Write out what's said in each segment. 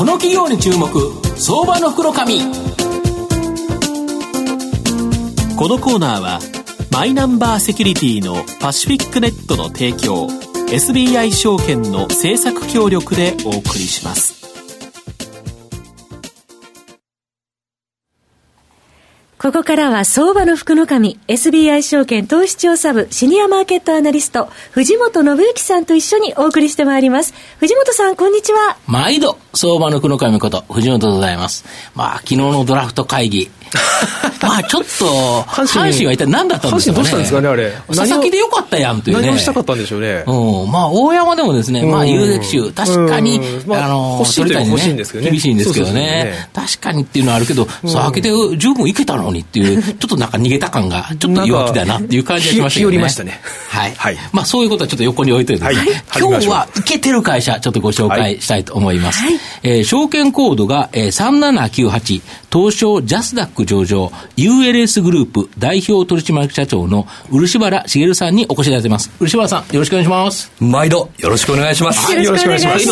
この企業に注目、相場の福の神。このコーナーはマイナンバーセキュリティのパシフィックネットの提供、 SBI 証券の政策協力でお送りします。 ここからは相場の福の神、 SBI 証券投資調査部シニアマーケットアナリスト藤本信之さんと一緒にお送りしてまいります。藤本さん、こんにちは。 毎度相場の福の神こと藤本でございます。昨日のドラフト会議ちょっと阪神は一体何だったんですかね。 阪神どうしたんですかね、あれ。 佐々木でよかったやんというね。 何をしたかったんでしょうね。 大山でもですね、有力手確かに欲しいという欲しいんですけどね。 厳しいんですけどね。確かにっていうのはあるけど、佐々木で十分いけたのにっていうちょっとなんか逃げた感がちょっと弱気だなっていう感じがしましたけどね。 気寄りましたね。 はい。そういうことはちょっと横に置いといてですね。今日はいけてる会社ちょっとご紹介したいと思います。証券コードが3798、東証ジャスダック上場 ULS グループ代表取締役社長の漆原茂さんにお越しいただいています。漆原さん、よろしくお願いします。 毎度よろしくお願いします。 よろしくお願いします。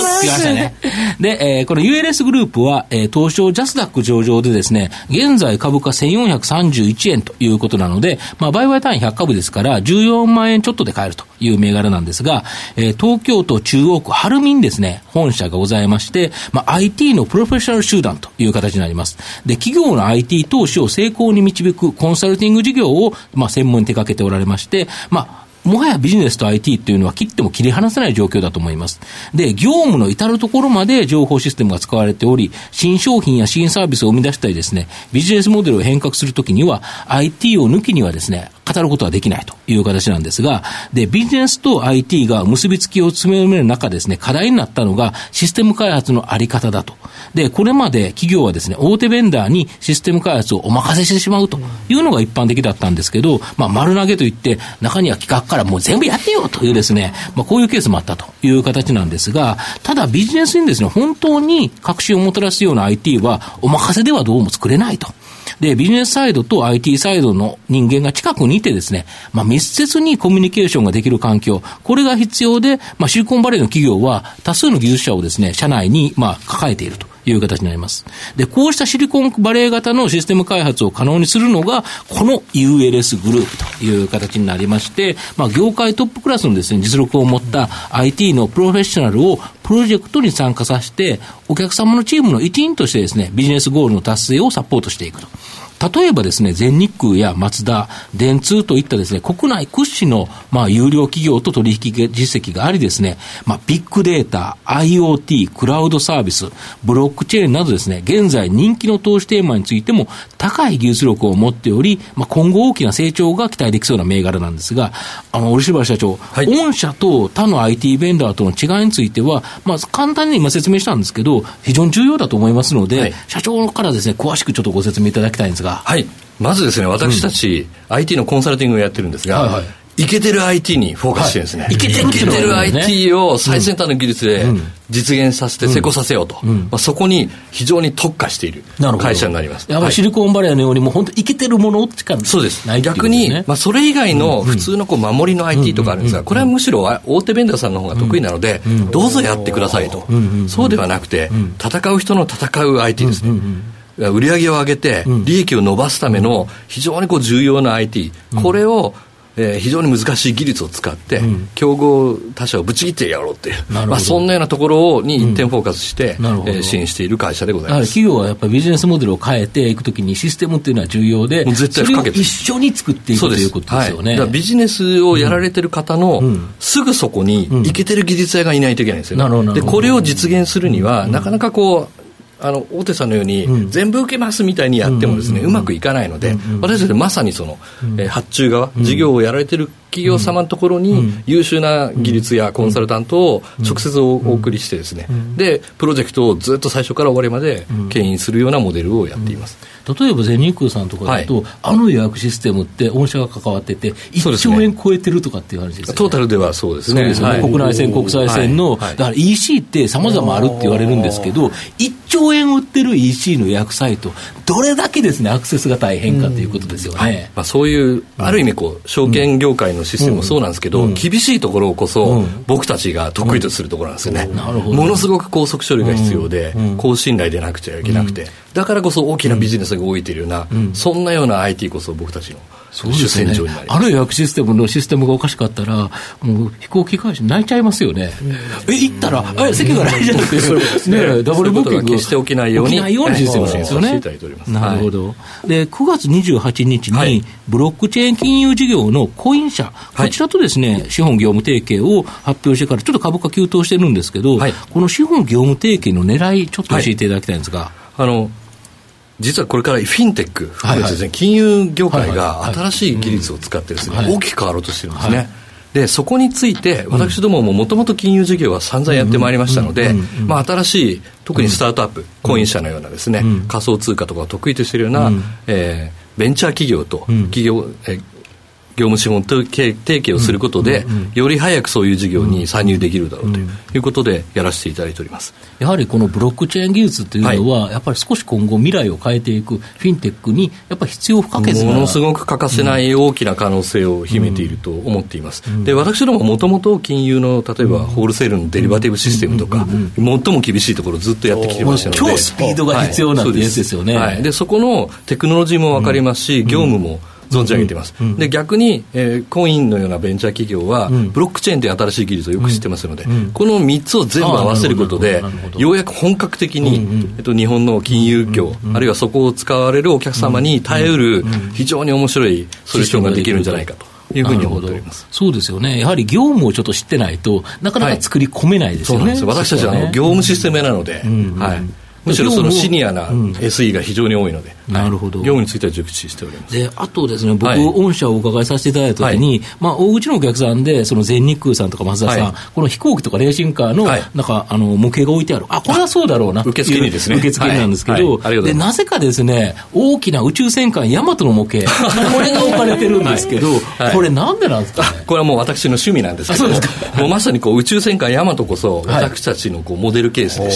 で、この ULS グループは、東証ジャスダック上場でですね、現在株価1431円ということなので、売買単位100株ですから14万円ちょっとで買えるという銘柄なんですが、東京都中央区晴海にですね、本社がございまして、IT のプロフェッショナル集団という形になります。で、企業の IT 投資を成功に導くコンサルティング事業を、専門に手掛けておられまして、もはやビジネスと IT っていうのは切っても切り離せない状況だと思います。で、業務の至るところまで情報システムが使われており、新商品や新サービスを生み出したりですね、ビジネスモデルを変革するときには IT を抜きにはですね、語ることはできないという形なんですが、で、ビジネスと IT が結びつきを詰める中ですね、課題になったのがシステム開発のあり方だと。で、これまで企業はですね、大手ベンダーにシステム開発をお任せしてしまうというのが一般的だったんですけど、丸投げといって中には企画からもう全部やってよというですね、こういうケースもあったという形なんですが、ただビジネスにですね、本当に革新をもたらすような IT はお任せではどうも作れないと。で、ビジネスサイドと IT サイドの人間が近くにいてですね、密接にコミュニケーションができる環境、これが必要で、シリコンバレーの企業は多数の技術者をですね、社内に抱えているという形になります。で、こうしたシリコンバレー型のシステム開発を可能にするのがこの ULS グループという形になりまして、業界トップクラスのですね、実力を持った IT のプロフェッショナルをプロジェクトに参加させて、お客様のチームの一員としてですね、ビジネスゴールの達成をサポートしていくと。例えばですね、全日空やマツダ、電通といったですね、国内屈指の有料企業と取引実績がありですね、ビッグデータ、IoT、クラウドサービス、ブロックチェーンなどですね、現在人気の投資テーマについても高い技術力を持っており、今後大きな成長が期待できそうな銘柄なんですが、漆原社長、御社と他の IT ベンダーとの違いについては、簡単に今説明したんですけど、非常に重要だと思いますので、社長からですね、詳しくちょっとご説明いただきたいんですが。 まずですね、私たち、IT のコンサルティングをやってるんですが、イケてる IT にフォーカスしてるんですね。イケてる IT を最先端の技術で実現させて成功させようと、そこに非常に特化している会社になります。 やっぱりシリコンバレーのようにもう本当イケてるものしかない。 そうです。逆に、それ以外の普通の守りの IT とかあるんですが、これはむしろ大手ベンダーさんの方が得意なので、どうぞやってくださいと。そうではなくて、戦う人の戦う IT ですね。売り上げを上げて利益を伸ばすための非常に重要な IT、これを非常に難しい技術を使って競合他社をぶち切ってやろうっていう、そんなようなところに一点フォーカスして支援している会社でございます。 企業はやっぱりビジネスモデルを変えていくときにシステムっていうのは重要で、 絶対不可欠です。 それを一緒に作っていくということですよね。 だからビジネスをやられてる方のすぐそこにイケてる技術者がいないといけないんですよね。でこれを実現するにはなかなか大手さんのように全部受けますみたいにやってもですね、うまくいかないので、私たちまさにその発注側、事業をやられてる企業様のところに優秀な技術やコンサルタントを直接お送りしてですね、でプロジェクトをずっと最初から終わりまで牽引するようなモデルをやっています。 例えば全日空さんとかだと、予約システムって御社が関わってて1兆円超えてるとかっていう話ですよね。 トータルではそうですね。 そうですよね。国内線国際線の、だから EC って様々あるって言われるんですけど、1兆円売ってる EC の予約サイト、どれだけですねアクセスが大変かということですよね。 そういうある意味証券業界のシステムもそうなんですけど、厳しいところこそ、僕たちが得意とするところなんですよね。ものすごく高速処理が必要で、高信頼でなくちゃいけなくて、だからこそ大きなビジネスが動いているような、そんなような IT こそ僕たちの主戦場になります。 ある予約システムのシステムがおかしかったら、もう飛行機会社泣いちゃいますよね。行ったら席がないじゃなくて、ね、ダブルブッキング決して起きないようにシステムですよね。なるほど。で、9月28日にブロックチェーン金融事業のコイン社、こちらとですね、資本業務提携を発表してからちょっと株価急騰してるんですけど、この資本業務提携の狙いちょっと教えていただきたいんですが、 実はこれからフィンテック、金融業界が新しい技術を使ってですね、大きく変わろうとしてるんですね。でそこについて私どもももともと金融事業は散々やってまいりましたので、新ししい特にスタートアップ、コイン社のようなですね、仮想通貨とかを得意としているような、ベンチャー企業と業務資本提携をすることで、より早くそういう事業に参入できるだろうということでやらせていただいております。 やはりこのブロックチェーン技術というのは、やっぱり少し今後未来を変えていくフィンテックにやっぱり必要不可欠な、 ものすごく欠かせない大きな可能性を秘めていると思っています。で、私どももともと金融の例えばホールセールのデリバティブシステムとか、最も厳しいところをずっとやってきてましたので、 超スピードが必要なってやつですよね。 でそこのテクノロジーも分かりますし、業務も存じ上げています。で逆に、コインのようなベンチャー企業は、ブロックチェーンという新しい技術をよく知ってますので、この3つを全部合わせることでようやく本格的に、日本の金融業、あるいはそこを使われるお客様に耐えうる非常に面白いソリューションができるんじゃないかというふうに思っております。 そうですよね。やはり業務をちょっと知ってないとなかなか作り込めないですよね。 そうなんです。私たちは業務システムなので、むしろそのシニアな SE が非常に多いので、 なるほど。 業務については熟知しております。 で、あとですね、僕、御社をお伺いさせていただいたときに、大口のお客さんで、その全日空さんとか松田さん、この飛行機とかレーシングカーの、なんか、模型が置いてある。これはそうだろうな。 受付にですね。 受付になんですけど、で、なぜかですね、大きな宇宙戦艦ヤマトの模型、これが置かれてるんですけど、これなんでなんですかね。 これはもう私の趣味なんですけど、もうまさに宇宙戦艦ヤマトこそ、私たちのモデルケースでして、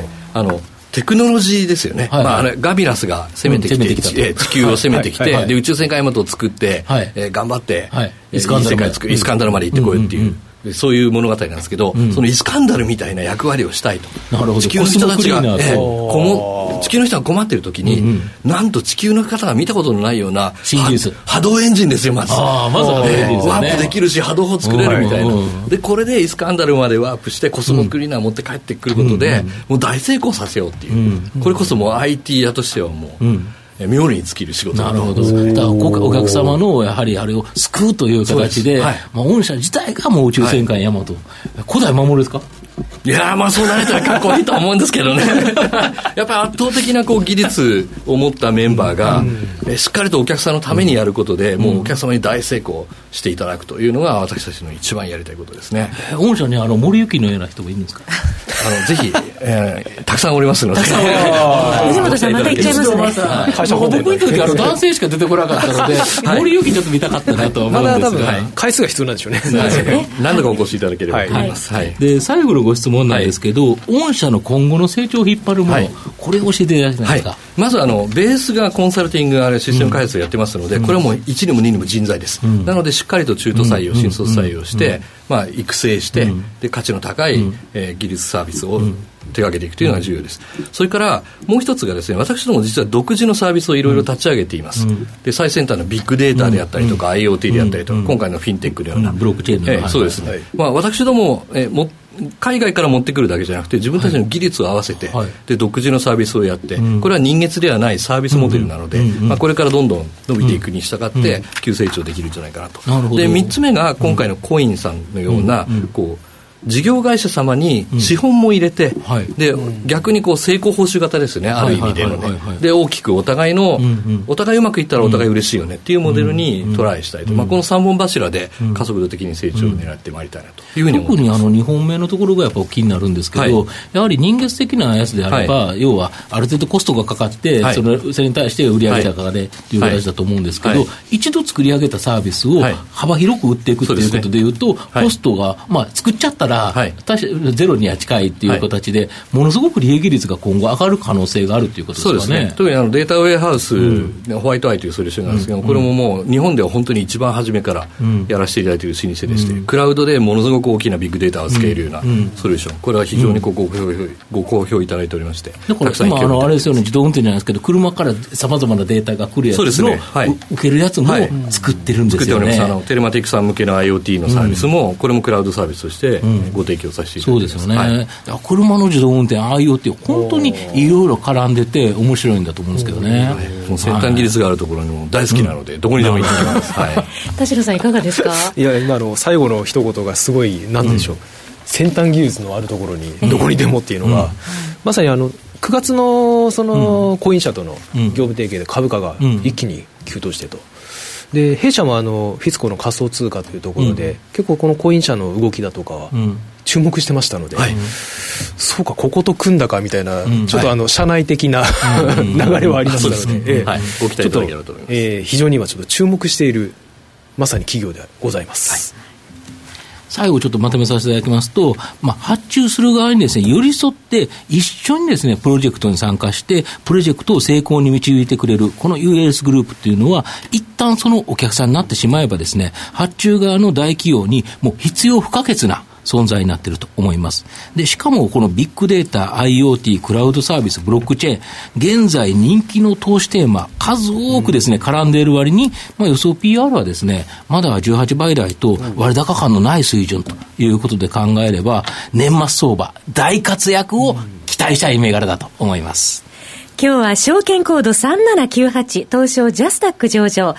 テクノロジーですよね。ガビラスが攻めてきて、地球を攻めてきて、で宇宙戦艦ヤマトを作って、頑張って、いい世界を作る、イスカンダルまで行ってこいっていう。そういう物語なんですけど、そのイスカンダルみたいな役割をしたいと。地球の人たちが地球の人が困っている時に、なんと地球の方が見たことのないような新技術、 波動エンジンですよ。まずワープできるし波動砲作れるみたいな。でこれでイスカンダルまでワープしてコスモクリーナー持って帰ってくることで、もう大成功させようっていう、これこそもう IT 屋としてはもう、妙に尽きる仕事。 なるほど。だからお客様のやはりあれを救うという形で、御社自体がもう宇宙戦艦ヤマト、古代守ですか。 いやそうなれたらかっこいいと思うんですけどねやっぱり圧倒的な技術を持ったメンバーが、しっかりとお客さんのためにやることで、もうお客様に大成功していただくというのが私たちの一番やりたいことですね。 御社に森行のような人もいるんですか。 ぜひ、たくさんおりますので藤本さんまた行っちゃいますね。 僕にとって男性しか出てこなかったので、森行ちょっと見たかったなと思うんですが、まだ多分回数が必要なんでしょうね。 何度かお越しいただければと思います。 で最後のご質問なんですけど、御社の今後の成長を引っ張るもの、これを教えていただけないですか。 まずベースがコンサルティングシステム開発をやってますので、これはもう1にも2にも人材です。なのでしっかりと中途採用、新卒採用して、育成して、で価値の高い、技術サービスを手掛けていくというのが重要です。それからもう一つがですね、私ども実は独自のサービスをいろいろ立ち上げています。で最先端のビッグデータであったりとか、IoT であったりとか、今回のフィンテックのような、 ブロックチェーンのような、 そうですね。私ども海外から持ってくるだけじゃなくて、自分たちの技術を合わせて、で独自のサービスをやって、これは人月ではないサービスモデルなので、これからどんどん伸びていくに従って急成長できるんじゃないかなと。で3つ目が今回のコインさんのような事業会社様に資本も入れて、で逆に成功報酬型ですね、ある意味でのね。で大きくお互いうまくいったらお互い嬉しいよねっていうモデルにトライしたいと、この3本柱で加速度的に成長を狙ってまいりたいなというふうに思います。 特に2本目のところがやっぱ気になるんですけど、やはり人月的なやつであれば、要はある程度コストがかかって、それに対して売上高でという形だと思うんですけど、一度作り上げたサービスを幅広く売っていくということでいうと、コストが作っちゃったから、ゼロには近いっていう形で、ものすごく利益率が今後上がる可能性があるということですかね。 そうですね。特にデータウェアハウス、ホワイトアイというソリューションなんですけど、これももう日本では本当に一番初めからやらせていただいている老舗でして、クラウドでものすごく大きなビッグデータを扱えるようなソリューション、これは非常にご好評いただいておりまして、 だから今あれですよね、自動運転じゃないですけど、車からさまざまなデータが来るやつの、受けるやつも作ってるんですよね。 作っております。テレマティックさん向けの IoT のサービスも、これもクラウドサービスとしてご提供させていただいています。 そうですよね。車の自動運転 IoT 本当にいろいろ絡んでて面白いんだと思うんですけどね。 もう先端技術があるところにも大好きなので、どこにでも行ってきます。 田代さんいかがですか。 いや、今の最後の一言がすごい、なんでしょう、先端技術のあるところにどこにでもっていうのが、まさに9月のそのコイン社との業務提携で株価が一気に急騰してと。で弊社もフィスコの仮想通貨というところで、結構このコイン社の動きだとかは注目してましたので、そうかここと組んだかみたいな、ちょっと社内的な流れはありますので、 ご期待いただければと思います。 非常に今ちょっと注目しているまさに企業でございます。 最後ちょっとまとめさせていただきますと、発注する側にですね、寄り添って一緒にですね、プロジェクトに参加して、プロジェクトを成功に導いてくれる、この ULS グループっていうのは、一旦そのお客さんになってしまえばですね、発注側の大企業にもう必要不可欠な存在になっていると思います。で、しかもこのビッグデータ、IoT、クラウドサービス、ブロックチェーン、現在人気の投資テーマ、数多くですね、絡んでいる割に、予想 PR はですね、まだ18倍台と割高感のない水準ということで考えれば、年末相場、大活躍を期待したい銘柄だと思います。 今日は証券コード3798東証ジャスダック上場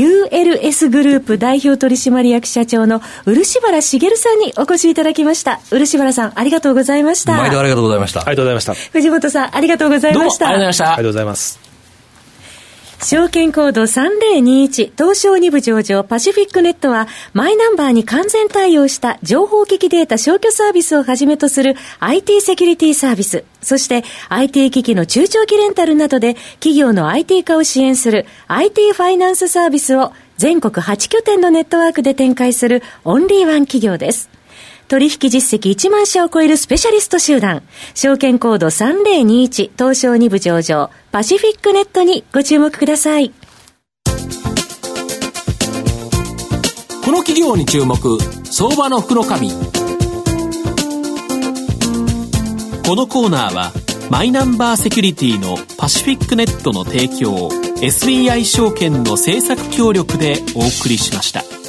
ULS グループ代表取締役社長の漆原茂さんにお越しいただきました。漆原さんありがとうございました。 毎度ありがとうございました。 ありがとうございました。 藤本さんありがとうございました。 どうもありがとうございました。 ありがとうございます。 証券コード3021東証2部上場パシフィックネットはマイナンバーに完全対応した情報機器データ消去サービスをはじめとする IT セキュリティサービス、そして IT 機器の中長期レンタルなどで企業の IT 化を支援する IT ファイナンスサービスを全国8拠点のネットワークで展開するオンリーワン企業です。取引実績1万社を超えるスペシャリスト集団、証券コード3021東証2部上場パシフィックネットにご注目ください。 この企業に注目、相場の福の神。 このコーナーはマイナンバーセキュリティのパシフィックネットの提供、SBI 証券の政策協力でお送りしました。